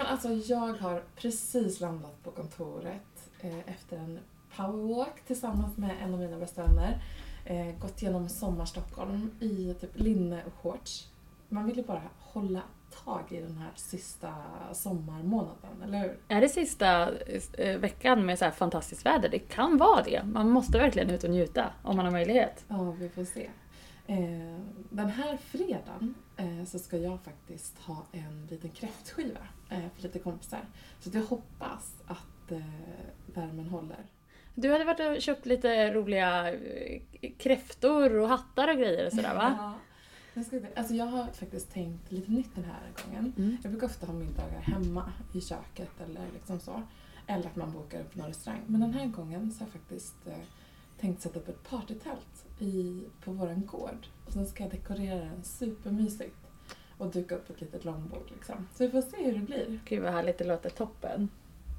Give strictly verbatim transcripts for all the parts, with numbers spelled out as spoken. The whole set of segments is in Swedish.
alltså jag har precis landat på kontoret eh, efter en powerwalk tillsammans med en av mina bästa vänner. Eh, gått igenom sommar-Stockholm i typ linne och shorts. Man vill ju bara hålla tag i den här sista sommarmånaden, eller hur? Är det sista eh, veckan med så här fantastiskt väder? Det kan vara det. Man måste verkligen ut och njuta om man har möjlighet. Ja, vi får se. Eh, den här fredagen eh, så ska jag faktiskt ha en liten kräftskiva eh, för lite kompisar. Så att jag hoppas att eh, värmen håller. Du hade varit och köpt lite roliga eh, kräftor och hattar och grejer och sådär, va? Ja. Jag, ska, alltså jag har faktiskt tänkt lite nytt den här gången. Mm. Jag brukar ofta ha middagar hemma i köket eller liksom så. Eller att man bokar upp någon restaurang. Men den här gången så har jag faktiskt eh, tänkt sätta upp ett partytält i, på våran gård. Och sen ska jag dekorera den supermysigt. Och duka upp ett litet långbord liksom. Så vi får se hur det blir. Gud vad härligt, det låter toppen.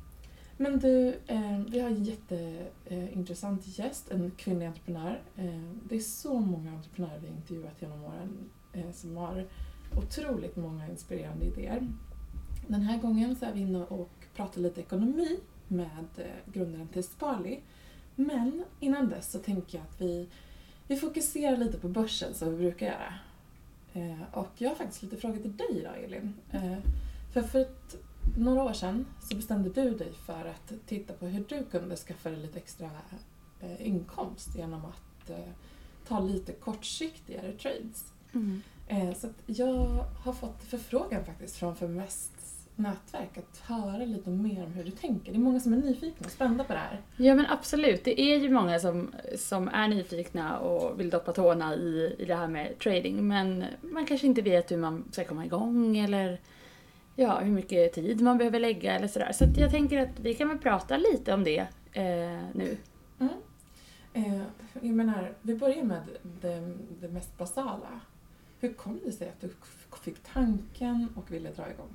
Men du, eh, vi har en jätteintressant eh, gäst, en kvinnlig entreprenör. Eh, det är så många entreprenörer vi har intervjuat genom åren eh, som har otroligt många inspirerande idéer. Den här gången så är vi inne och pratar lite ekonomi med eh, grundaren till Sparly. Men innan dess så tänker jag att vi, vi fokuserar lite på börsen som vi brukar göra. Eh, och jag har faktiskt lite frågor till dig idag, Elin. Eh, för för ett, några år sedan så bestämde du dig för att titta på hur du kunde skaffa dig lite extra eh, inkomst genom att eh, ta lite kortsiktigare trades. Mm. Eh, så att jag har fått förfrågan faktiskt från Feminvests nätverk att höra lite mer om hur du tänker. Det är många som är nyfikna och spända på det här. Ja men absolut, det är ju många som, som är nyfikna och vill doppa tårna i, i det här med trading. Men man kanske inte vet hur man ska komma igång eller ja, hur mycket tid man behöver lägga eller sådär. Så att jag tänker att vi kan väl prata lite om det eh, nu. Mm. Eh, jag menar, vi börjar med det, det mest basala. Hur kom det sig att du fick tanken och ville dra igång?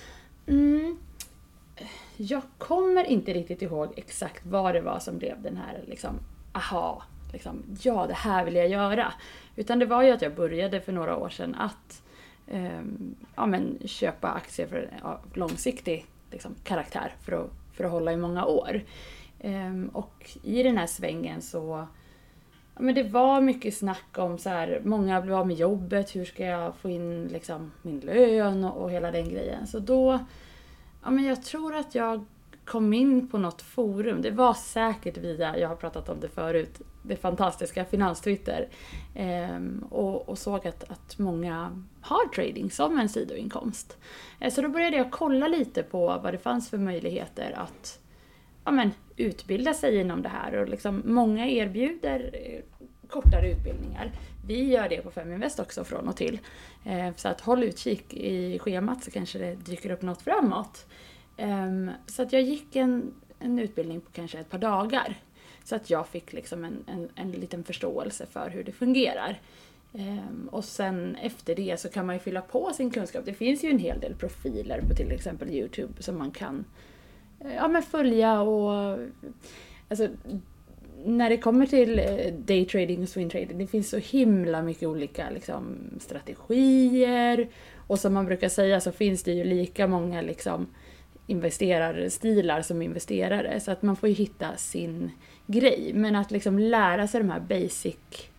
Mm. Jag kommer inte riktigt ihåg exakt vad det var som blev den här liksom, aha, liksom, ja det här vill jag göra. Utan det var ju att jag började för några år sedan att um, ja, men, köpa aktier för ja, långsiktig liksom, karaktär för att, för att hålla i många år. Um, och i den här svängen så ja, men det var mycket snack om så här, många blev av med jobbet, hur ska jag få in liksom, min lön och, och hela den grejen. Så då, ja men jag tror att jag kom in på något forum. Det var säkert via, jag har pratat om det förut, det fantastiska Finanstwitter. Ehm, och, och såg att, att många har trading som en sidoinkomst. Ehm, så då började jag kolla lite på vad det fanns för möjligheter att ja, men, utbilda sig inom det här. Och liksom, många erbjuder eh, kortare utbildningar. Vi gör det på Feminvest också från och till. Eh, så att håll utkik i schemat så kanske det dyker upp något framåt. Eh, så att jag gick en, en utbildning på kanske ett par dagar. Så att jag fick liksom en, en, en liten förståelse för hur det fungerar. Eh, och sen efter det så kan man ju fylla på sin kunskap. Det finns ju en hel del profiler på till exempel YouTube som man kan ja, men följa och alltså, när det kommer till daytrading och swingtrading, det finns så himla mycket olika liksom, strategier och som man brukar säga så finns det ju lika många liksom, investerarstilar som investerare så att man får ju hitta sin grej, men att liksom lära sig de här basic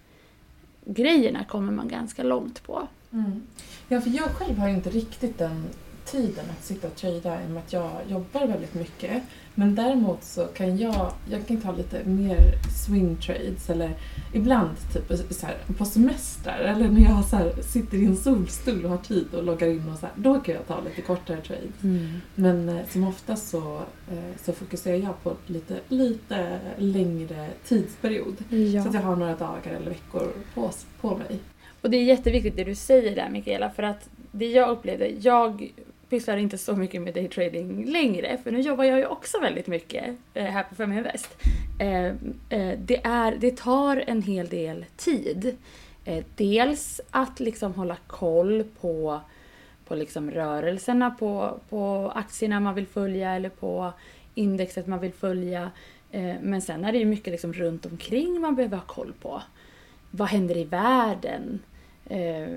grejerna kommer man ganska långt på. Mm. Ja, för jag själv har inte riktigt den tiden att sitta och trada i och med att jag jobbar väldigt mycket. Men däremot så kan jag, jag kan ta lite mer swing trades eller ibland typ så här, på semestrar eller när jag så här, sitter i en solstol och har tid och loggar in och så här, då kan jag ta lite kortare trades. Mm. Men eh, som oftast så, eh, så fokuserar jag på lite, lite längre tidsperiod. Ja. Så att jag har några dagar eller veckor på, på mig. Och det är jätteviktigt det du säger där, Mikaela, för att det jag upplevde, jag pysslar inte så mycket med daytrading längre, för nu jobbar jag ju också väldigt mycket eh, här på Feminvest. Eh, eh, det, är, det tar en hel del tid. Eh, dels att liksom hålla koll på, på liksom rörelserna på, på aktierna man vill följa eller på indexet man vill följa. Eh, men sen är det ju mycket liksom runt omkring man behöver ha koll på. Vad händer i världen? Eh,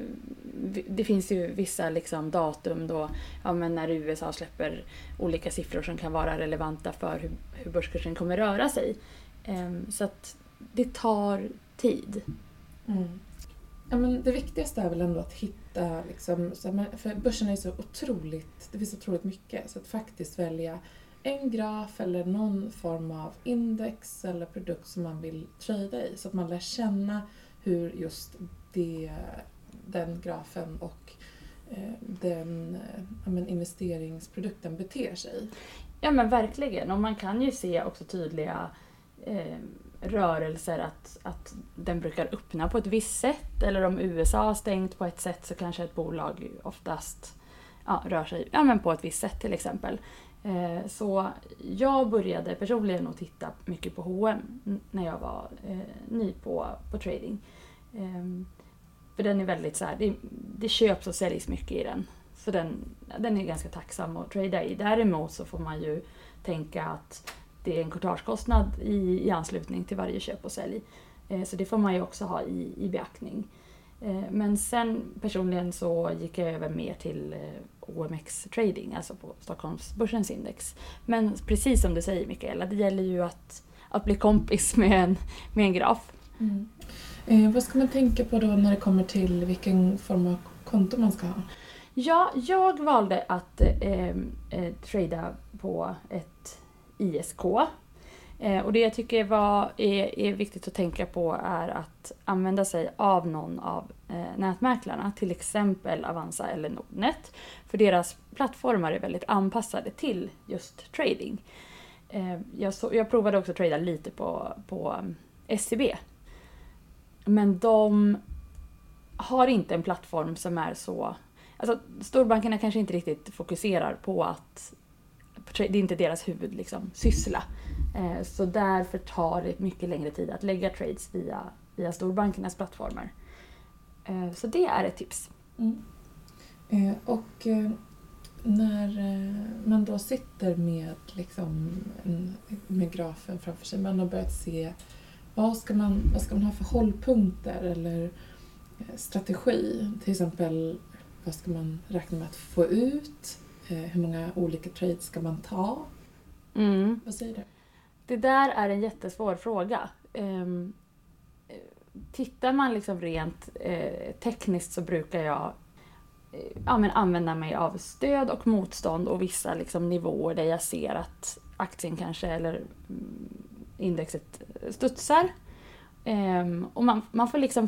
det finns ju vissa liksom datum då, ja, men när U S A släpper olika siffror som kan vara relevanta för hur, hur börskursen kommer röra sig. Eh, så att det tar tid. Mm. Ja, men det viktigaste är väl ändå att hitta, liksom, för börsen är så otroligt, det finns så otroligt mycket, så att faktiskt välja en graf eller någon form av index eller produkt som man vill trada i, så att man lär känna hur just det, den grafen och eh, den ja, men investeringsprodukten beter sig. Ja, men verkligen, och man kan ju se också tydliga eh, rörelser att, att den brukar öppna på ett visst sätt, eller om U S A har stängt på ett sätt så kanske ett bolag oftast ja, rör sig ja, men på ett visst sätt till exempel. Eh, så jag började personligen att titta mycket på H och M när jag var eh, ny på, på trading. Eh, för den är väldigt så här, det, det köps och säljs mycket i den. Så den, den är ganska tacksam att trada i. Däremot så får man ju tänka att det är en courtagekostnad i, i anslutning till varje köp och sälj. Eh, så det får man ju också ha i, i beaktning. Eh, men sen personligen så gick jag över mer till eh, O M X trading, alltså på Stockholmsbörsens index. Men precis som du säger Mikaela, det gäller ju att, att bli kompis med en, med en graf. Mm. Eh, vad ska man tänka på då när det kommer till vilken form av konto man ska ha? Ja, jag valde att eh, eh, trada på ett I S K. Eh, och det jag tycker var, är, är viktigt att tänka på är att använda sig av någon av eh, nätmäklarna, till exempel Avanza eller Nordnet. För deras plattformar är väldigt anpassade till just trading. Eh, jag, så, jag provade också att trada lite på, på S E B. Men de har inte en plattform som är så... Alltså, storbankerna kanske inte riktigt fokuserar på att det är inte deras huvud liksom, syssla. Eh, så därför tar det mycket längre tid att lägga trades via, via storbankernas plattformar. Eh, så det är ett tips. Mm. Eh, och eh, när eh, man då sitter med, liksom, en, med grafen framför sig, man har börjat se vad ska man, vad ska man ha för hållpunkter eller eh, strategi. Till exempel, vad ska man räkna med att få ut? Eh, hur många olika trades ska man ta? Mm. Vad säger du? Det där är en jättesvår fråga. Um, tittar man liksom rent eh, tekniskt så brukar jag eh, ja, men använda mig av stöd och motstånd och vissa liksom, nivåer där jag ser att aktien kanske eller indexet studsar. Um, och man, man får liksom...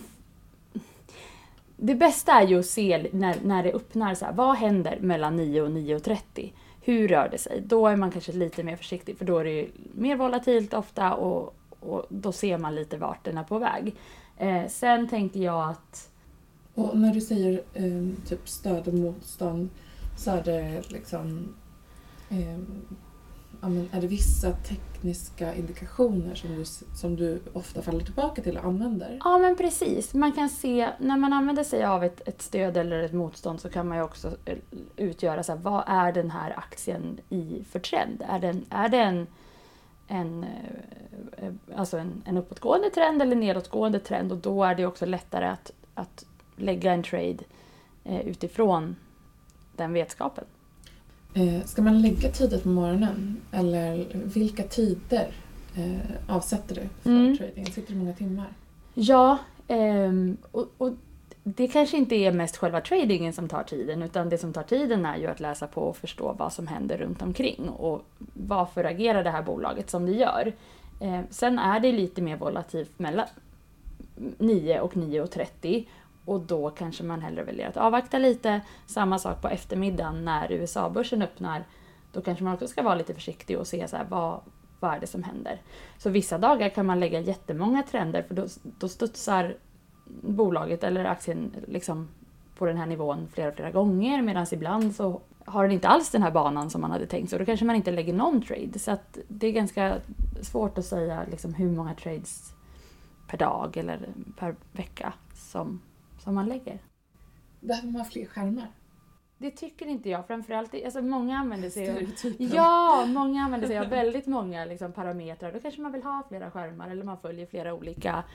Det bästa är ju att se när, när det öppnar så här, vad händer mellan nio och nio och trettio? Hur rör det sig? Då är man kanske lite mer försiktig, för då är det ju mer volatilt ofta och, och då ser man lite vart den är på väg. Eh, sen tänker jag att... Och när du säger eh, typ stöd och motstånd, så är det liksom... Eh, ja, men är det vissa tekniska indikationer som du, som du ofta faller tillbaka till och använder? Ja, men precis. Man kan se, när man använder sig av ett, ett stöd eller ett motstånd så kan man ju också utgöra så här, vad är den här aktien i för trend? Är den, är det en, en, alltså en, en uppåtgående trend eller nedåtgående trend? Och då är det också lättare att, att lägga en trade eh, utifrån den vetskapen. Eh, ska man lägga tidigt på morgonen? Eller vilka tider eh, avsätter du för mm. trading? Sitter du många timmar? Ja, eh, och, och det kanske inte är mest själva tradingen som tar tiden, utan det som tar tiden är ju att läsa på och förstå vad som händer runt omkring och varför agerar det här bolaget som det gör. Eh, sen är det lite mer volatilt mellan nio och nio och trettio. Och då kanske man hellre väljer att avvakta lite. Samma sak på eftermiddagen när U S A-börsen öppnar. Då kanske man också ska vara lite försiktig och se så här, vad, vad är det som händer. Så vissa dagar kan man lägga jättemånga trender, för då, då studsar bolaget eller aktien liksom på den här nivån flera flera gånger. Medan ibland så har den inte alls den här banan som man hade tänkt. Så då kanske man inte lägger någon trade. Så att det är ganska svårt att säga liksom hur många trades per dag eller per vecka som... som man lägger. Behöver man fler skärmar? Det tycker inte jag. Framförallt, alltså många använder sig av... Ja, många använder sig av väldigt många liksom, parametrar. Då kanske man vill ha flera skärmar eller man följer flera olika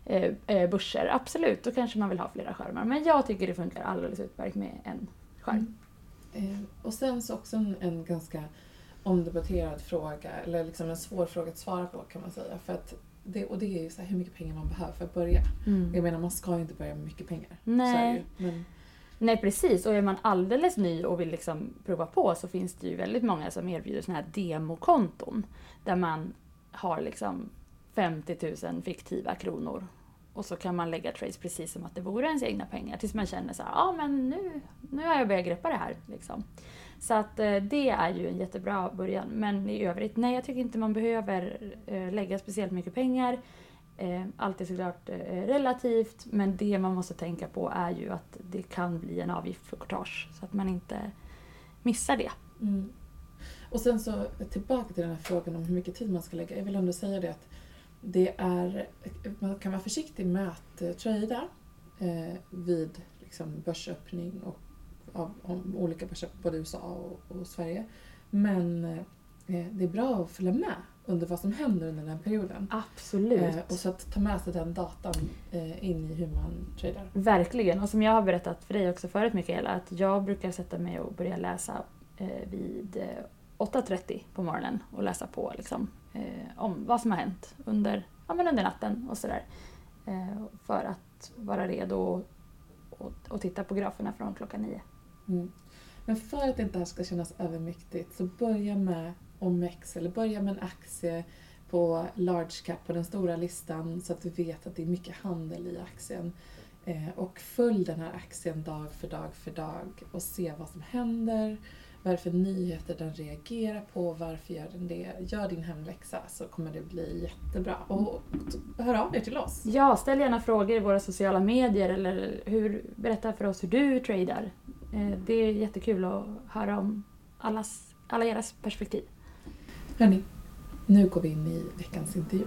eh, eh, börser. Absolut, då kanske man vill ha flera skärmar. Men jag tycker det funkar alldeles utmärkt med en skärm. Mm. Eh, och sen så också en, en ganska omdebatterad fråga, eller liksom en svår fråga att svara på kan man säga. För att det, och det är ju så här, hur mycket pengar man behöver för att börja. Mm. Jag menar, man ska ju inte börja med mycket pengar. Nej. Så är det ju. Men... Nej, precis. Och är man alldeles ny och vill liksom prova på, så finns det ju väldigt många som erbjuder såna här demokonton. Där man har liksom femtio tusen fiktiva kronor. Och så kan man lägga trades precis som att det vore ens egna pengar. Tills man känner så här, ja ah, men nu, nu har jag börjat greppa det här. Liksom. Så att eh, det är ju en jättebra början. Men i övrigt, nej jag tycker inte man behöver eh, lägga speciellt mycket pengar. Eh, allt är såklart eh, relativt, men det man måste tänka på är ju att det kan bli en avgift för courtage. Så att man inte missar det. Mm. Och sen så tillbaka till den här frågan om hur mycket tid man ska lägga. Jag vill ändå säga det att det är, man kan vara försiktig med att uh, trada eh, vid liksom, börsöppning och av, om olika börser både i U S A och, och Sverige. Men eh, det är bra att följa med under vad som händer under den perioden. Absolut. Eh, och så att ta med sig den datan eh, in i hur man tradar. Verkligen. Och som jag har berättat för dig också förut, Mikaela, att jag brukar sätta mig och börja läsa eh, vid eh, åtta trettio på morgonen och läsa på liksom, eh, om vad som har hänt under, ja, men under natten och sådär. Eh, för att vara redo och, och, och titta på graferna från klockan nio. Mm. Men för att inte det här ska kännas övermäktigt så börja med O M X eller börja med en aktie på large cap på den stora listan så att du vet att det är mycket handel i aktien. Eh, och följ den här aktien dag för dag för dag och se vad som händer. Varför nyheter den reagerar på, varför gör den det. Gör din hemläxa så kommer det bli jättebra. Och hör av er till oss. Ja, ställ gärna frågor i våra sociala medier eller hur, berätta för oss hur du tradar. Eh, det är jättekul att höra om allas, alla eras perspektiv. Hörni, nu går vi in i veckans intervju.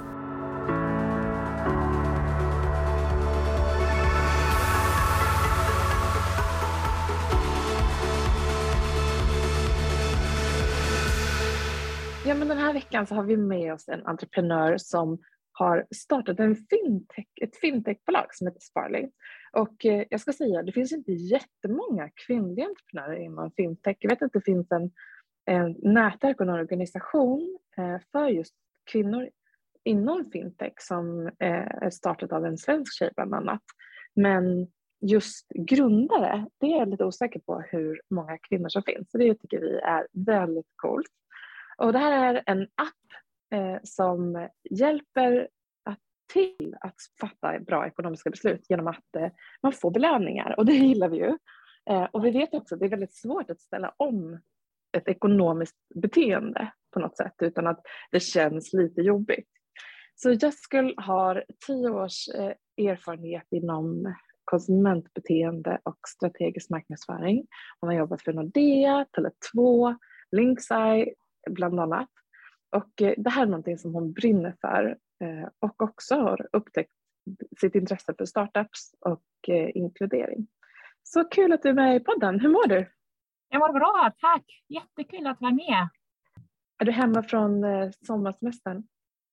Ja, men den här veckan så har vi med oss en entreprenör som har startat en fintech, ett fintechbolag som heter Sparley. Och eh, jag ska säga, det finns inte jättemånga kvinnliga entreprenörer inom fintech. Jag vet att det finns en, en nätverk och en organisation eh, för just kvinnor inom fintech som eh, är startat av en svensk tjej bland annat. Men just grundare, det är jag lite osäker på hur många kvinnor som finns. Så det tycker vi är väldigt coolt. Och det här är en app eh, som hjälper att till att fatta bra ekonomiska beslut genom att eh, man får belöningar. Och det gillar vi ju. Eh, och vi vet också att det är väldigt svårt att ställa om ett ekonomiskt beteende på något sätt utan att det känns lite jobbigt. Så Jessica har tio års eh, erfarenhet inom konsumentbeteende och strategisk marknadsföring. Hon har jobbat för Nordea, Tele två, Linksci bland annat. Och eh, det här är någonting som hon brinner för eh, och också har upptäckt sitt intresse för startups och eh, inkludering. Så kul att du är med i podden. Hur mår du? Jag mår bra, tack. Jättekul att vara med. Är du hemma från eh, sommarsemestern?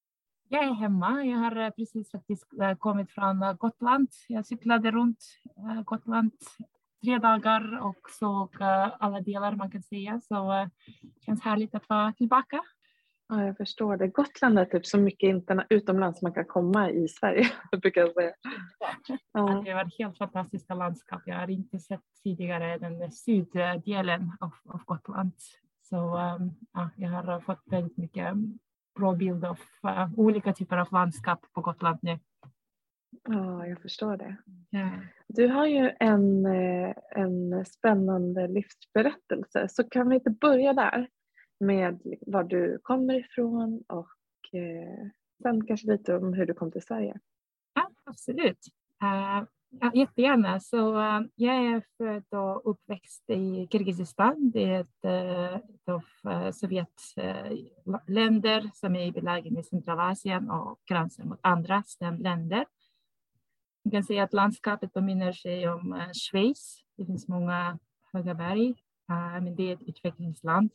Jag är hemma. Jag har precis faktiskt kommit från Gotland. Jag cyklade runt Gotland tre dagar och såg alla delar man kan säga. Så det känns härligt att vara tillbaka. Ja, jag förstår det. Gotland är typ så mycket interna- utomlands man kan komma i Sverige, brukar jag säga. Ja. Det var helt fantastiska landskap. Jag har inte sett tidigare den syddelen av, av Gotland. Så um, ja, jag har fått väldigt mycket bra bild av uh, olika typer av landskap på Gotland nu. Ja, jag förstår det. Ja. Du har ju en, en spännande livsberättelse. Så kan vi inte börja där med var du kommer ifrån och eh, sen kanske lite om hur du kom till Sverige. Ja, absolut. Uh, ja, jättegärna. Så, uh, jag är född och uppväxt i Kirgizistan. Det är ett, uh, ett av uh, Sovjetländer uh, som är belägen i Centralasien och gränsar mot andra länder. Man kan säga att landskapet påminner sig om uh, Schweiz. Det finns många höga berg, uh, men det är ett utvecklingsland.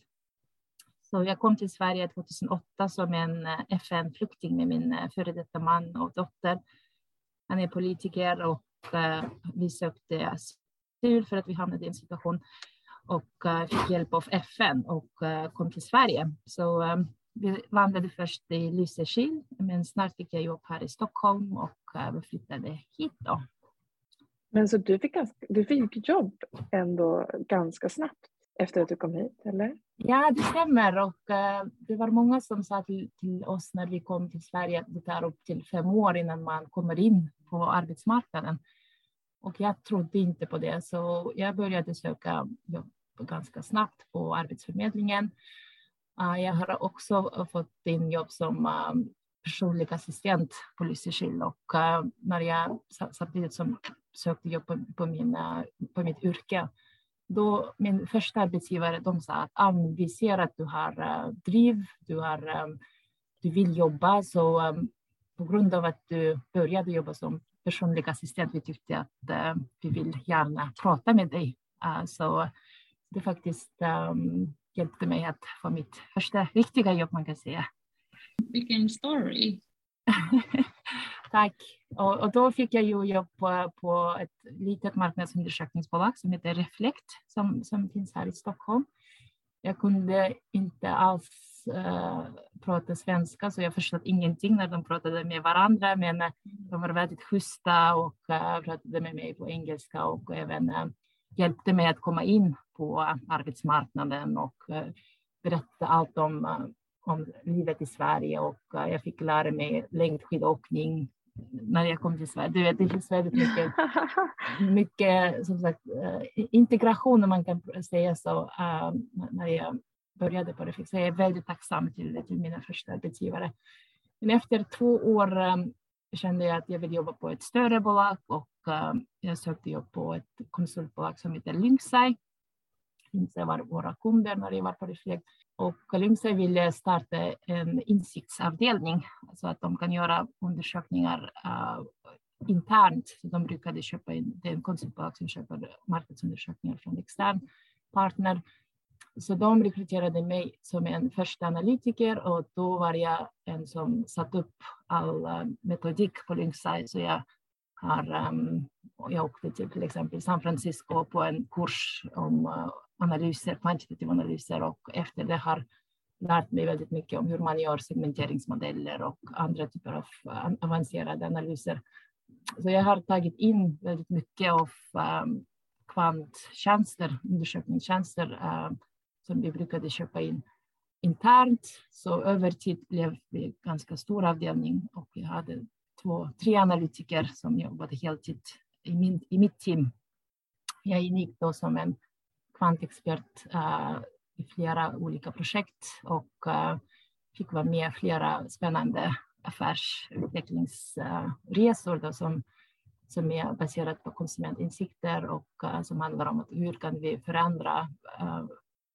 Så jag kom till Sverige tjugohundraåtta som en F N-flykting med min före detta man och dotter. Han är politiker och uh, vi sökte asyl för att vi hamnade i en situation och uh, fick hjälp av F N och uh, kom till Sverige. Så um, vi vandrade först i Lysekil, men snart fick jag jobb här i Stockholm och uh, vi flyttade hit då. Men så du fick, ganska, du fick jobb ändå ganska snabbt efter att du kom hit, eller? Ja, det stämmer. Och uh, det var många som sa till, till oss när vi kom till Sverige att det tar upp till fem år innan man kommer in på arbetsmarknaden. Och jag trodde inte på det, så jag började söka jobb ganska snabbt på Arbetsförmedlingen. Uh, jag har också fått in jobb som uh, personlig assistent på Lysekil. Och uh, när jag samtidigt som sökte jobb på, på, min, uh, på mitt yrke, då min första arbetsgivare, de sa att ah, vi ser att du har uh, driv, du, har, um, du vill jobba. Så um, på grund av att du började jobba som personlig assistent, vi tyckte att uh, vi vill gärna prata med dig. Uh, så det faktiskt um, hjälpte mig att få mitt första riktiga jobb, man kan säga. Vilken story! Tack. Och, och då fick jag ju jobb på, på ett litet marknadsundersökningsbolag som heter Reflekt, som, som finns här i Stockholm. Jag kunde inte alls uh, prata svenska, så jag förstod ingenting när de pratade med varandra, men uh, de var väldigt schyssta och uh, pratade med mig på engelska och även uh, hjälpte mig att komma in på arbetsmarknaden och uh, berätta allt om uh, om livet i Sverige, och uh, jag fick lära mig längdskidåkning när jag kom till Sverige. Du vet, det finns väldigt mycket, mycket som sagt, uh, integration, om man kan säga så, uh, när jag började på det. Så jag är väldigt tacksam till, till mina första arbetsgivare. Men efter två år um, kände jag att jag vill jobba på ett större bolag, och uh, jag sökte jobb på ett konsultbolag som heter Lynxeye. Lynxeye var våra kunder när jag var på Reflekt. Och Lynxeye ville starta en insiktsavdelning så att de kan göra undersökningar uh, internt. Så de brukade köpa in, det är en konsultbolag som köper marknadsundersökningar från extern partner. Så de rekryterade mig som en första analytiker, och då var jag en som satt upp all uh, metodik på Lynxeye. Så jag har, um, jag åkte till, till exempel San Francisco på en kurs om uh, analyser, kvantitativa analyser, och efter det har lärt mig väldigt mycket om hur man gör segmenteringsmodeller och andra typer av avancerade analyser. Så jag har tagit in väldigt mycket av um, kvanttjänster, undersökningstjänster uh, som vi brukade köpa in internt. Så över tid blev det ganska stor avdelning, och jag hade två, tre analytiker som jobbade heltid i, min, i mitt team. Jag ingick då som en kvantexpert uh, i flera olika projekt, och uh, fick vara med i flera spännande affärsutvecklingsresor uh, som, som är baserat på konsumentinsikter, och uh, som handlar om att hur kan vi förändra uh,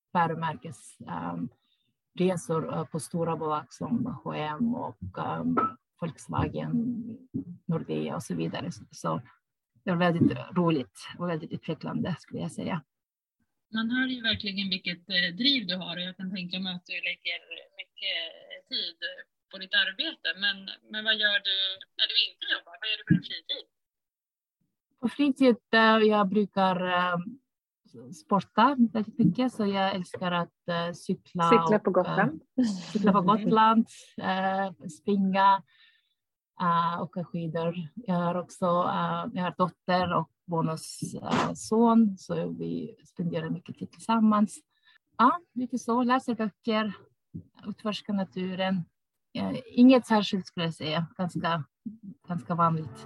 varumärkesresor um, uh, på stora bolag som H och M och um, Volkswagen, Nordea och så vidare. Så, så det var väldigt roligt och väldigt utvecklande, skulle jag säga. Man hör ju verkligen vilket driv du har, och jag kan tänka mig att du lägger mycket tid på ditt arbete. Men, men vad gör du när du inte jobbar? Vad gör du på din fritid? På fritid jag brukar sporta väldigt mycket, så jag älskar att cykla. Cykla på Gotland. Och, cykla på Gotland, springa, åka skidor. Jag har också jag har dotter och bonusson, så vi spenderar mycket tid tillsammans. Ja, lite så, läser böcker, utforskar naturen. Inget särskilt, skulle jag säga, ganska, ganska vanligt.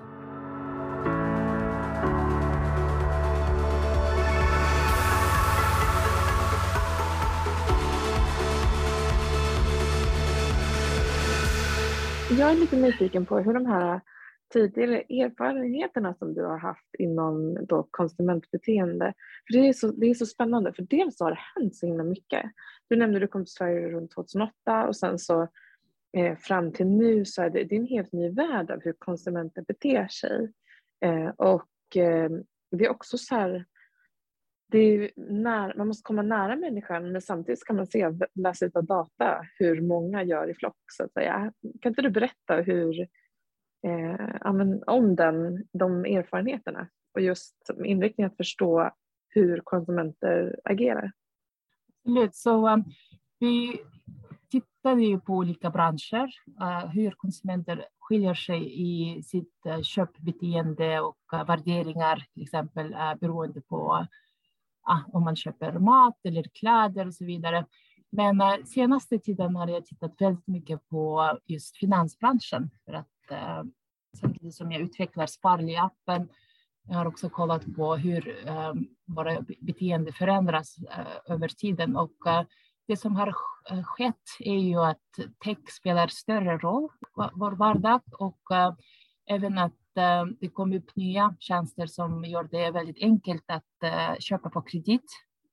Jag är lite nyfiken på hur de här tidigare erfarenheterna som du har haft inom då konsumentbeteende. För det är så, det är så spännande, för dels har det hänt så himla mycket. Du nämnde att du kom till Sverige runt tjugohundraåtta, och sen så eh, fram till nu så är det, det är en helt ny värld av hur konsumenter beter sig. Eh, och eh, det är också så här, det är när, man måste komma nära människan, men samtidigt ska man se, läsa ut av data hur många gör i flock, så att säga. Kan inte du berätta hur eh, ja, men om den, de erfarenheterna och just inriktningen att förstå hur konsumenter agerar. Absolut. Så um, vi tittade ju på olika branscher, uh, hur konsumenter skiljer sig i sitt uh, köpbeteende och uh, värderingar, till exempel uh, beroende på uh, om man köper mat eller kläder och så vidare. Men uh, senaste tiden har jag tittat väldigt mycket på just finansbranschen, för att uh, samtidigt som jag utvecklar Sparli-appen, jag har också kollat på hur uh, våra beteende förändras uh, över tiden, och uh, det som har skett är ju att tech spelar större roll i vår vardag, och uh, även att uh, det kommer upp nya tjänster som gör det väldigt enkelt att uh, köpa på kredit.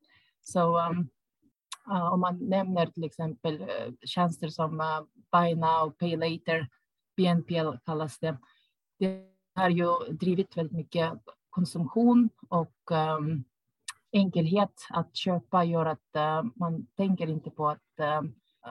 Så um, uh, om man nämner till exempel uh, tjänster som uh, Buy Now, Pay Later, B N P kallas det, det har ju drivit väldigt mycket konsumtion, och um, enkelhet att köpa gör att uh, man tänker inte på att uh,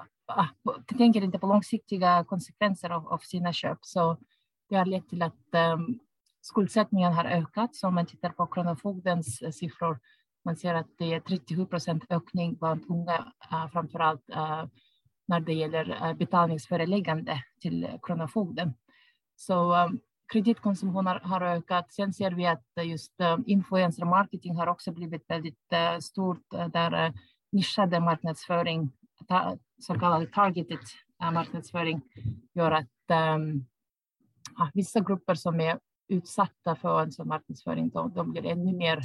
uh, tänker inte på långsiktiga konsekvenser av, av sina köp. Så det har lett till att um, skuldsättningen har ökat. Så om man tittar på Kronofogdens uh, siffror, man ser att det är trettiosju procent ökning bland unga, uh, framförallt uh, när det gäller uh, betalningsföreläggande till Kronofogden. Så um, kreditkonsumtion har ökat. Sen ser vi att just uh, influencer marketing har också blivit väldigt uh, stort, uh, där uh, nischade marknadsföring, ta, så kallad targeted uh, marknadsföring, gör att um, uh, vissa grupper som är utsatta för en sån marknadsföring, de, de blir ännu mer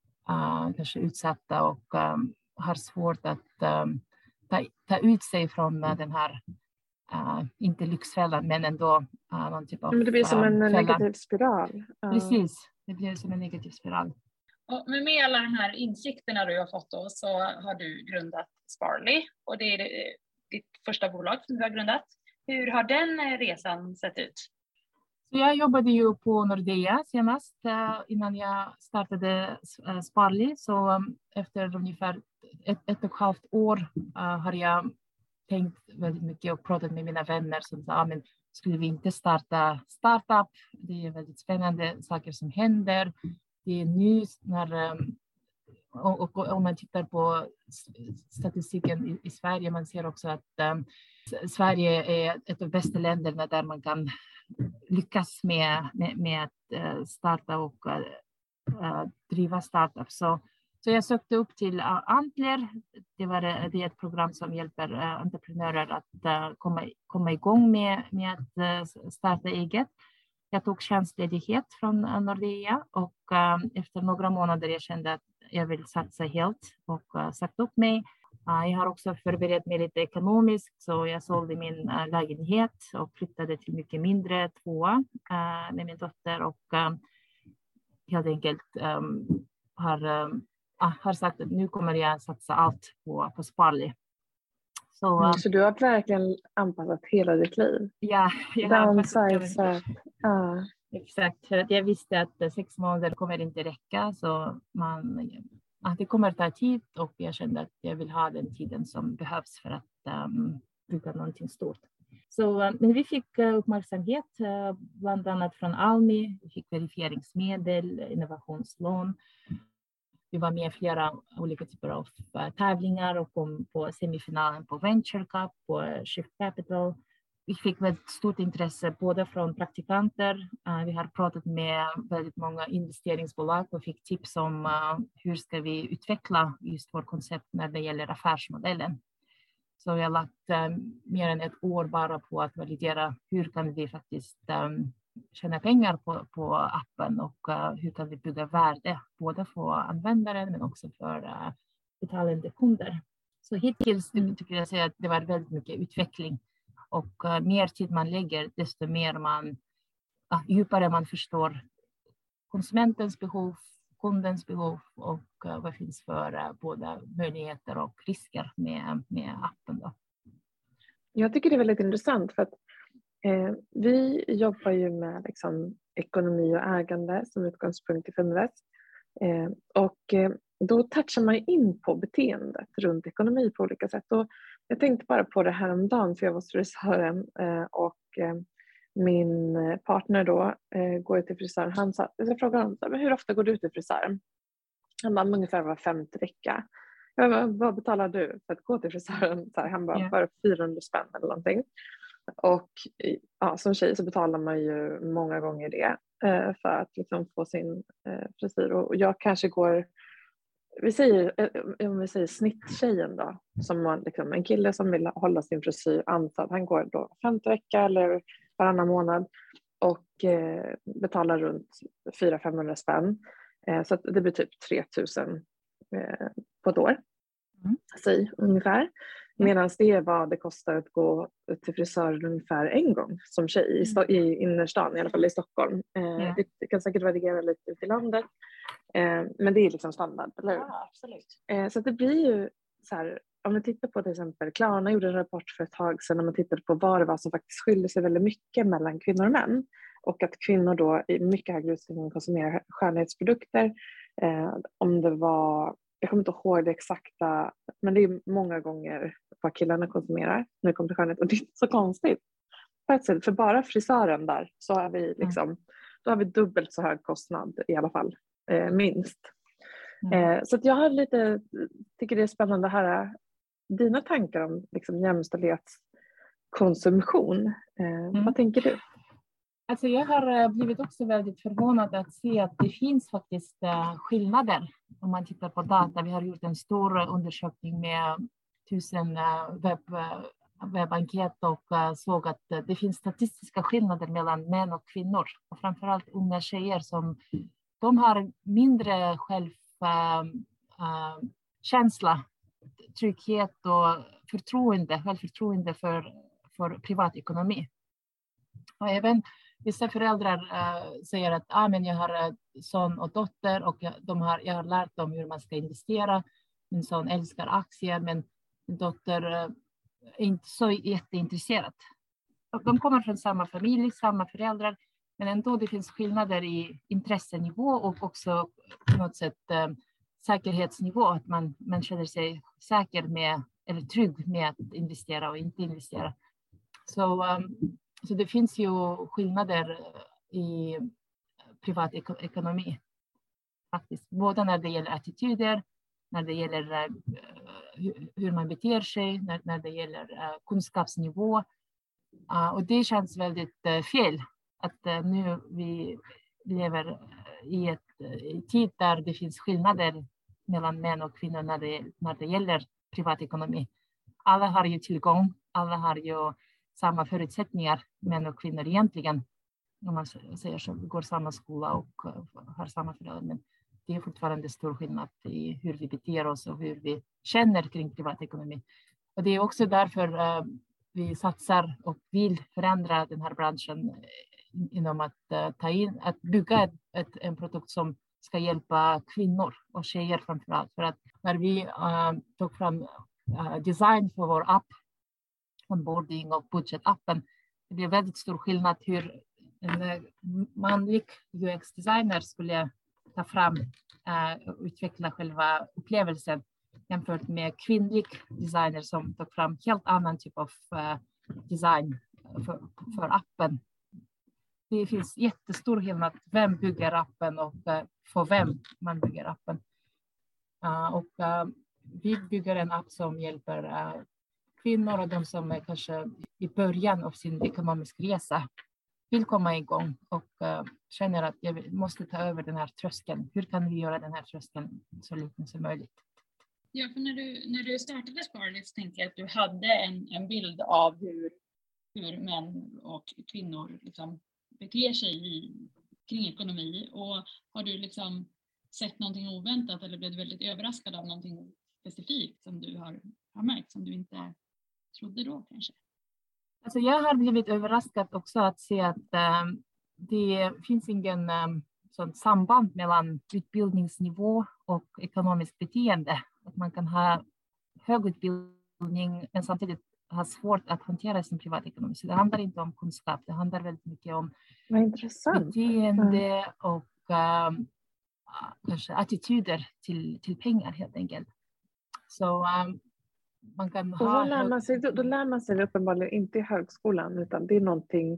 uh, kanske utsatta och um, har svårt att um, ta, ta ut sig från uh, den här Uh, inte lyxfällan, men ändå uh, någon typ av men det blir som en um, negativ spiral. Uh. Precis, det blir som en negativ spiral. Och med alla de här insikterna du har fått då, så har du grundat Sparli, och det är ditt första bolag som du har grundat. Hur har den resan sett ut? Så jag jobbade ju på Nordea senast uh, innan jag startade uh, Sparli, så um, efter ungefär ett, ett och ett halvt år uh, har jag tänkt väldigt mycket och pratat med mina vänner som sa, men skulle vi inte starta startup? Det är väldigt spännande saker som händer. Det är nu när, och, och, och om man tittar på statistiken i, i Sverige, man ser också att um, Sverige är ett av de bästa länderna där man kan lyckas med, med, med att uh, starta och uh, driva startup. Så Så jag sökte upp till uh, Antler. Det, var, det är ett program som hjälper uh, entreprenörer att uh, komma, komma igång med, med att uh, starta eget. Jag tog tjänstledighet från uh, Nordea, och uh, efter några månader jag kände att jag vill satsa helt och uh, sagt upp mig. Uh, jag har också förberett mig lite ekonomiskt, så jag sålde min uh, lägenhet och flyttade till mycket mindre tvåa uh, med min dotter, och uh, helt enkelt um, har um, Ah, har sagt att nu kommer jag satsa allt på, på Sparli. Så, mm, så du har verkligen anpassat hela ditt liv? Ja, jag har ah. Exakt, för att jag visste att sex månader kommer inte räcka, så man, ah, det kommer ta tid, och jag kände att jag vill ha den tiden som behövs för att um, bygga någonting stort. Så, um, men vi fick uh, uppmärksamhet uh, bland annat från Almi, vi fick verifieringsmedel, innovationslån. Vi var med i flera olika typer av uh, tävlingar och kom på semifinalen på Venture Cup, på Shift Capital. Vi fick väldigt stort intresse både från praktikanter. Uh, vi har pratat med väldigt många investeringsbolag och fick tips om uh, hur ska vi utveckla just vårt koncept när det gäller affärsmodellen. Så jag har lagt uh, mer än ett år bara på att validera hur kan vi faktiskt um, tjäna pengar på, på appen, och uh, hur kan vi bygga värde både för användaren men också för uh, betalande kunder. Så hittills mm. tycker jag säga att det var väldigt mycket utveckling, och uh, mer tid man lägger desto mer man uh, djupare man förstår konsumentens behov, kundens behov, och uh, vad finns för uh, både möjligheter och risker med, med appen då. Jag tycker det är väldigt intressant, för att Eh, vi jobbar ju med liksom, ekonomi och ägande som utgångspunkt i Feminvest. Eh, och eh, då touchar man in på beteendet runt ekonomi på olika sätt. Och jag tänkte bara på det här om dagen, för jag var stressaren. Eh, och eh, min partner då eh, går till frisören. Han sa, jag frågade honom, men hur ofta går du till frisören? Han bara, ungefär var femte vecka. Jag bara, vad betalar du för att gå till frisören? Så här, han bara, Yeah. bara fyrahundra spänn eller någonting. Och ja, som tjej så betalar man ju många gånger det eh, för att liksom få sin eh, frisyr. Och jag kanske går, vi säger, eh, om vi säger snitttjejen då, som man, liksom, en kille som vill hålla sin frisyr ansatt, han går då femte vecka eller varannan månad och eh, betalar runt fyra till femhundra spänn. Eh, så att det blir typ tre tusen eh, på ett år, Mm. säg ungefär. Medan det är vad det kostar att gå till frisören ungefär en gång som tjej i, Sto- i innerstan, i alla fall i Stockholm. Eh, Ja. Det kan säkert variera lite ut i landet. Eh, men det är liksom standard, eller hur? Ja, absolut. Eh, så det blir ju så här, om man tittar på till exempel, Klarna gjorde en rapport för ett tag sedan när man tittade på vad det var som faktiskt skiljer sig väldigt mycket mellan kvinnor och män. Och att kvinnor då i mycket högre utsträckning konsumerar skönhetsprodukter. Eh, om det var, jag kommer inte ihåg det exakta, men det är många gånger vad killarna konsumerar när det kommer till skönhet. Och det är inte så konstigt. På ett sätt, för bara frisören där så har vi liksom, då har vi dubbelt så hög kostnad i alla fall, eh, minst. Mm. Eh, så att jag har lite, tycker det är spännande att höra dina tankar om liksom jämställdhetskonsumtion. Eh, Mm. Vad tänker du? Alltså jag har eh, blivit också väldigt förvånad att se att det finns faktiskt eh, skillnader om man tittar på data. Vi har gjort en stor undersökning med tusen eh, webb, eh, webbenkät och eh, såg att eh, det finns statistiska skillnader mellan män och kvinnor. Och framförallt unga tjejer som de har mindre självkänsla, uh, uh, trygghet och förtroende, självförtroende för, för privatekonomi. Och även vissa föräldrar uh, säger att ah, men jag har son och dotter och jag, de har, jag har lärt dem hur man ska investera. Min son älskar aktier men min dotter uh, är inte så jätteintresserad. Och de kommer från samma familj, samma föräldrar. Men ändå det finns skillnader i intressenivå och också på något sätt eh, säkerhetsnivå. Att man, man känner sig säker med, eller trygg med att investera och inte investera. Så, um, så det finns ju skillnader i privatekonomi. Faktiskt. Både när det gäller attityder, när det gäller uh, hur man beter sig, när, när det gäller uh, kunskapsnivå. Uh, och det känns väldigt uh, fel. Att uh, nu vi lever i ett i tid där det finns skillnader mellan män och kvinnor när det, när det gäller privatekonomi. Alla har ju tillgång, alla har ju samma förutsättningar, män och kvinnor egentligen. Om man säger så, vi går samma skola och uh, har samma föräldrar. Men det är fortfarande stor skillnad i hur vi beter oss och hur vi känner kring privatekonomi. Och det är också därför uh, vi satsar och vill förändra den här branschen inom att uh, ta in, att bygga ett, ett, en produkt som ska hjälpa kvinnor och tjejer framförallt. För att när vi uh, tog fram uh, design för vår app, onboarding och budgetappen, det blev väldigt stor skillnad hur en uh, manlig U X-designer skulle ta fram uh, och utveckla själva upplevelsen jämfört med kvinnlig designer som tog fram helt annan typ av uh, design för, för appen. Det finns jättestor skillnad vem bygger appen och uh, för vem man bygger appen. Uh, och uh, vi bygger en app som hjälper uh, kvinnor och de som är kanske i början av sin ekonomiska resa vill komma igång och uh, känner att jag måste ta över den här tröskeln. Hur kan vi göra den här tröskeln så liten som möjligt? Ja, för när du, när du startade Sparly så tänkte jag att du hade en, en bild av hur, hur män och kvinnor liksom beter sig i, kring ekonomi. Och har du liksom sett någonting oväntat eller blivit väldigt överraskad av någonting specifikt som du har, har märkt som du inte trodde då kanske? Alltså jag har blivit överraskad också att se att um, det finns ingen um, sån samband mellan utbildningsnivå och ekonomiskt beteende. Att man kan ha hög utbildning men samtidigt ha svårt att hantera sin privatekonomi. Så det handlar inte om kunskap, det handlar väldigt mycket om Vad intressant. beteende Mm. och um, kanske attityder till, till pengar helt enkelt. Så um, man kan Och ha... vad lär man sig? Då, då lär man sig det uppenbarligen inte i högskolan utan det är någonting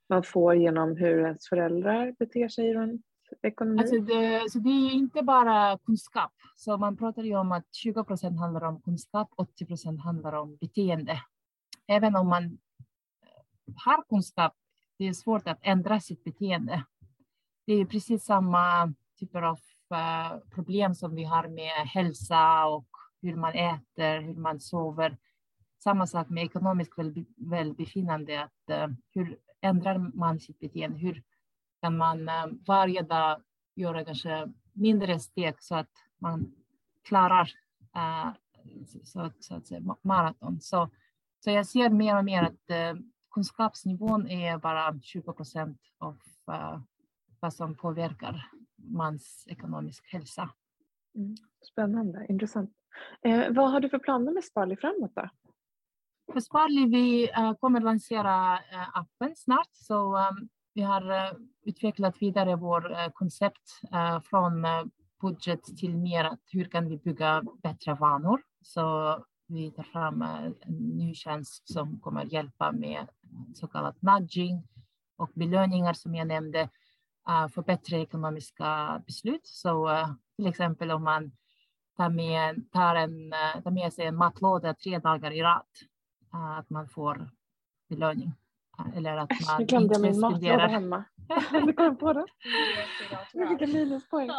man får genom hur ens föräldrar beter sig runt ekonomi? Alltså det, så det är inte bara kunskap. Så man pratar ju om att tjugo procent handlar om kunskap, åttio procent handlar om beteende. Även om man har kunskap, det är svårt att ändra sitt beteende. Det är precis samma typer av uh, problem som vi har med hälsa och hur man äter, hur man sover. Samma sak med ekonomiskt välbe- välbefinnande. Att, uh, hur ändrar man sitt beteende? Hur kan man uh, varje dag göra kanske mindre steg så att man klarar uh, så, så att säga, maraton. Så, så jag ser mer och mer att uh, kunskapsnivån är bara tjugo procent av uh, vad som påverkar mans ekonomisk hälsa. Mm. Spännande, intressant. Eh, vad har du för planer med Sparly framåt då? För Sparly vi uh, kommer lansera uh, appen snart. Så um, vi Vi har utvecklat vidare vår koncept från budget till mer att hur kan vi bygga bättre vanor. Så vi tar fram en ny tjänst som kommer hjälpa med så kallat nudging och belöningar som jag nämnde för bättre ekonomiska beslut. Så till exempel om man tar med, tar en, tar med sig en matlåda tre dagar i rad, att man får belöning. Eller att man nu glömde jag min spenderar... matlåda hemma. Nu kom jag på det. Nu fick jag minuspoäng.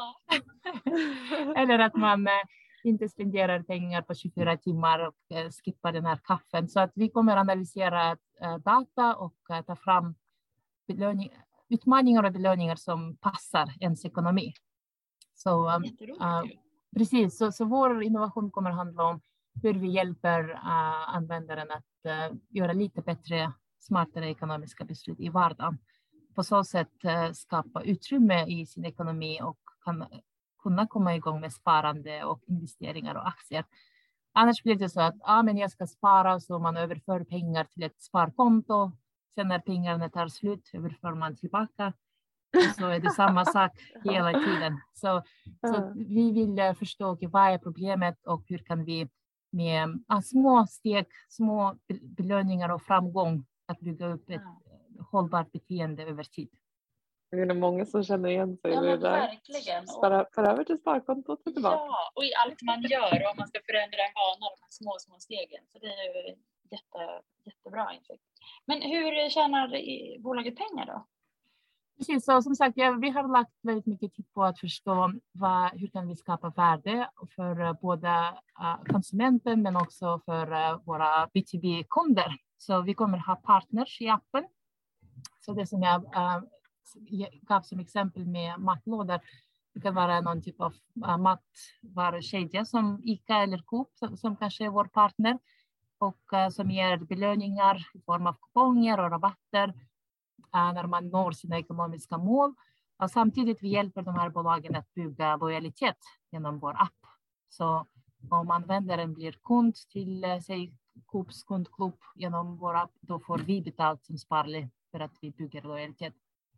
Eller att man eh, inte spenderar pengar på tjugofyra timmar och eh, skippar den här kaffen. Så att vi kommer analysera eh, data och eh, ta fram belöning, utmaningar och belöningar som passar ens ekonomi. Så, um, uh, precis, så, så vår innovation kommer handla om hur vi hjälper uh, användaren att uh, göra lite bättre, smartare ekonomiska beslut i vardagen. På så sätt uh, skapa utrymme i sin ekonomi och kan, kunna komma igång med sparande och investeringar och aktier. Annars blir det så att ah, men jag ska spara, så man överför pengar till ett sparkonto. Sen när pengarna tar slut överför man tillbaka. Och så är det samma sak hela tiden. Så, så vi vill förstå vad är problemet och hur kan vi med ah, små steg, små belöningar och framgång att bygga upp ett ja. hållbart beteende över tid. Det är många som känner igen sig ja, i det där. Verkligen. Spara, för över till sparkontot och tillbaka. Ja, och i allt man gör, och man ska förändra en vana, de här små, små stegen. Så det är ju jätte, jättebra insikt. Men hur tjänar bolaget pengar då? Precis, så som sagt, ja, vi har lagt väldigt mycket tid på att förstå vad, hur kan vi skapa värde för både uh, konsumenten men också för uh, våra B två B-kunder. Så vi kommer ha partners i appen. Så det som jag uh, gav som exempel med matlådor, det kan vara någon typ av uh, matvarukedja som ICA eller Coop som, som kanske är vår partner och uh, som ger belöningar i form av kuponger och rabatter när man når sina ekonomiska mål. Och samtidigt vi hjälper de här bolagen att bygga lojalitet genom vår app. Så om användaren blir kund till sig Coops kundklubb genom vår app, då får vi betalt som Sparly för att vi bygger lojalitet.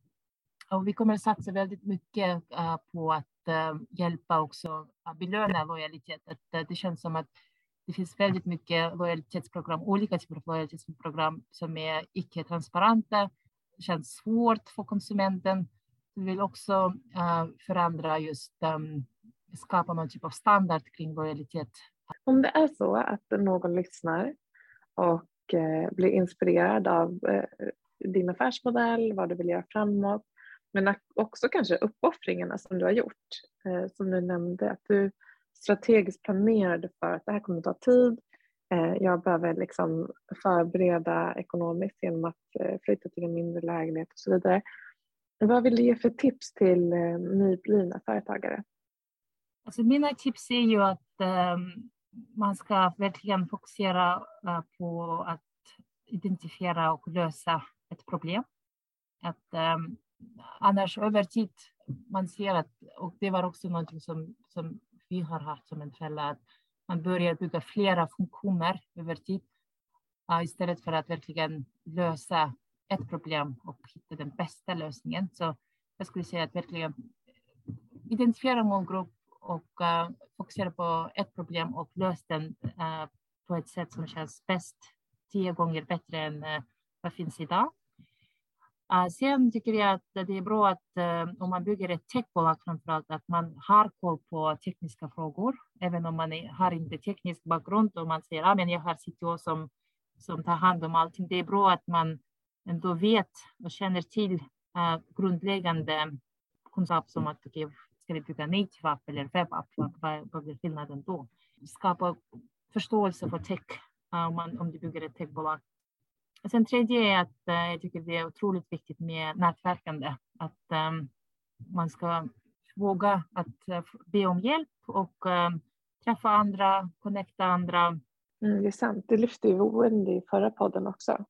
Och vi kommer att satsa väldigt mycket uh, på att uh, hjälpa också uh, belöna lojalitet. Att, uh, det känns som att det finns väldigt mycket lojalitetsprogram, olika typer av lojalitetsprogram som är icke-transparenta. Det känns svårt för konsumenten. Vi vill också uh, förändra just um, skapa någon typ av standard kring lojalitet. Om det är så att någon lyssnar och eh, blir inspirerad av eh, din affärsmodell, vad du vill göra framåt, men också kanske uppoffringarna som du har gjort, eh, som du nämnde, att du strategiskt planerade för att det här kommer att ta tid. Jag behöver liksom förbereda ekonomiskt genom att flytta till en mindre lägenhet och så vidare. Vad vill du ge för tips till nyblivna företagare? Alltså mina tips är ju att um, man ska verkligen fokusera uh, på att identifiera och lösa ett problem. Att um, annars över tid man ser att, och det var också något som, som vi har haft som en fälla, att man börjar bygga flera funktioner över tid uh, istället för att verkligen lösa ett problem och hitta den bästa lösningen. Så jag skulle säga att verkligen identifiera målgrupp och uh, fokusera på ett problem och lösa den uh, på ett sätt som känns bäst, tio gånger bättre än uh, vad finns idag. Uh, sen tycker jag att det är bra att uh, om man bygger ett techbolag framförallt att man har koll på tekniska frågor. Även om man är, har inte teknisk bakgrund och man säger att ah, jag har C T O som, som tar hand om allting. Det är bra att man ändå vet och känner till uh, grundläggande kunskap som att okay, ska vi bygga native app eller webbapp? Vad, vad blir skillnaden då? Skapa förståelse för tech uh, om, man, om du bygger ett techbolag. Och sen tredje är att uh, jag tycker det är otroligt viktigt med nätverkande. Att um, man ska våga att uh, be om hjälp och um, träffa andra, connecta andra. Mm, det är sant. Det lyfte ju Wendy i förra podden också.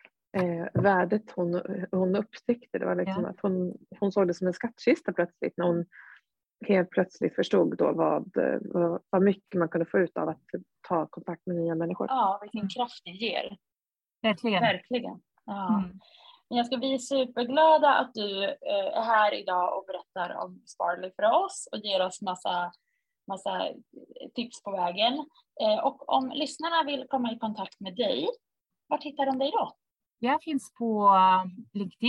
Eh, värdet hon, hon upptäckte. Det var liksom ja. att hon, hon såg det som en skattkista plötsligt. När hon helt plötsligt förstod då vad, vad, vad mycket man kunde få ut av att ta kontakt med nya människor. Ja, vilken kraft det ger. Verkligen. Verkligen. Ja. Mm. Men jag ska bli superglada att du är här idag och berättar om Sparly för oss och ger oss massa, massa tips på vägen. Och om lyssnarna vill komma i kontakt med dig, var hittar de dig då? Jag finns på LinkedIn,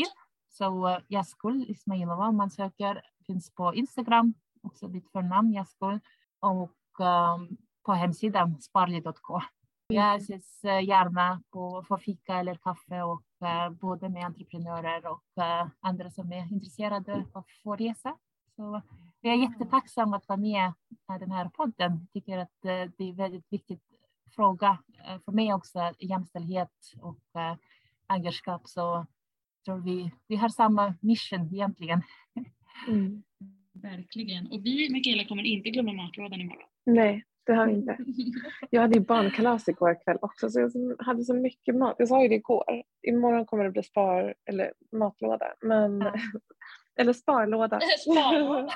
så Yaskul Ismailova om man söker. Finns på Instagram, också ditt förnamn Yaskul. Och um, på hemsidan sparly punkt k. Jag ses gärna på för fika eller kaffe och uh, både med entreprenörer och uh, andra som är intresserade av att få resa. Så jag är jättetacksam att vara med i den här podden. Jag tycker att uh, det är en väldigt viktig fråga uh, för mig också, jämställdhet och uh, engagemang. Så tror vi, vi har samma mission egentligen. Mm. Verkligen. Och vi, Mikaela, kommer inte glömma matlådan imorgon. Nej, det har vi inte. Jag hade ju barnkalas igår kväll också, så jag hade så mycket mat. Jag sa ju det igår. Imorgon kommer det bli spar eller matlåda, men ja. eller sparlåda. Sparlåda.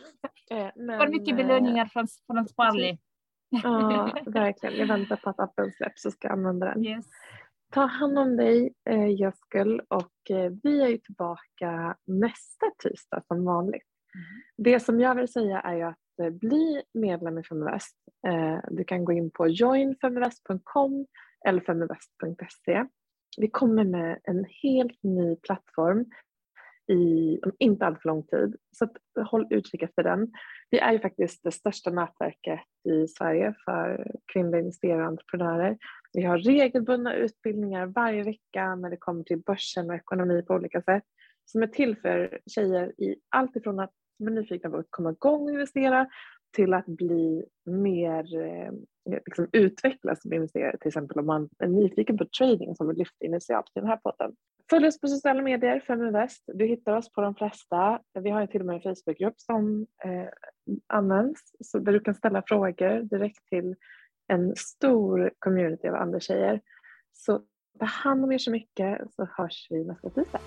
men, för mycket belöningar från, från Sparly. Ja, verkligen. Jag väntar på att appen släpps så ska jag använda den. Yes. Ta hand om dig, eh, Yaskul, och eh, vi är ju tillbaka nästa tisdag som vanligt. Mm. Det som jag vill säga är ju att eh, bli medlem i Feminvest. Eh, du kan gå in på join feminvest punkt com eller feminvest punkt se. Vi kommer med en helt ny plattform i om inte allt för lång tid. Så att, håll utkik efter den. Vi är ju faktiskt det största nätverket i Sverige för kvinnliga investerare och entreprenörer. Vi har regelbundna utbildningar varje vecka när det kommer till börsen och ekonomi på olika sätt. Som är till för tjejer i allt ifrån att de är nyfikna på att komma igång och investera till att bli mer eh, liksom utvecklas som investerare. Till exempel om man är nyfiken på trading som vi lyfte initialt i den här podden. Följ oss på sociala medier, Feminvest. Du hittar oss på de flesta. Vi har till och med en Facebookgrupp som eh, används. Så där du kan ställa frågor direkt till en stor community av andra tjejer. Så ta hand om er så mycket så hörs vi nästa tisdag.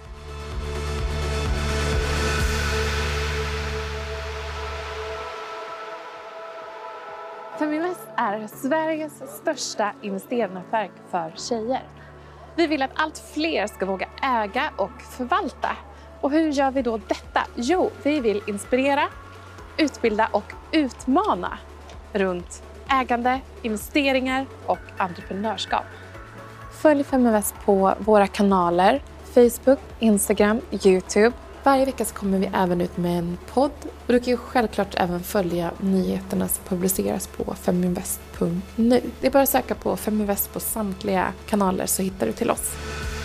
Feminvest är Sveriges största investeringsnätverk för tjejer. Vi vill att allt fler ska våga äga och förvalta. Och hur gör vi då detta? Jo, vi vill inspirera, utbilda och utmana runt ägande, investeringar och entreprenörskap. Följ Feminvest på våra kanaler Facebook, Instagram, YouTube. Varje vecka så kommer vi även ut med en podd. Och du kan ju självklart även följa nyheterna som publiceras på feminvest punkt nu. Det är bara att söka på Feminvest på samtliga kanaler så hittar du till oss.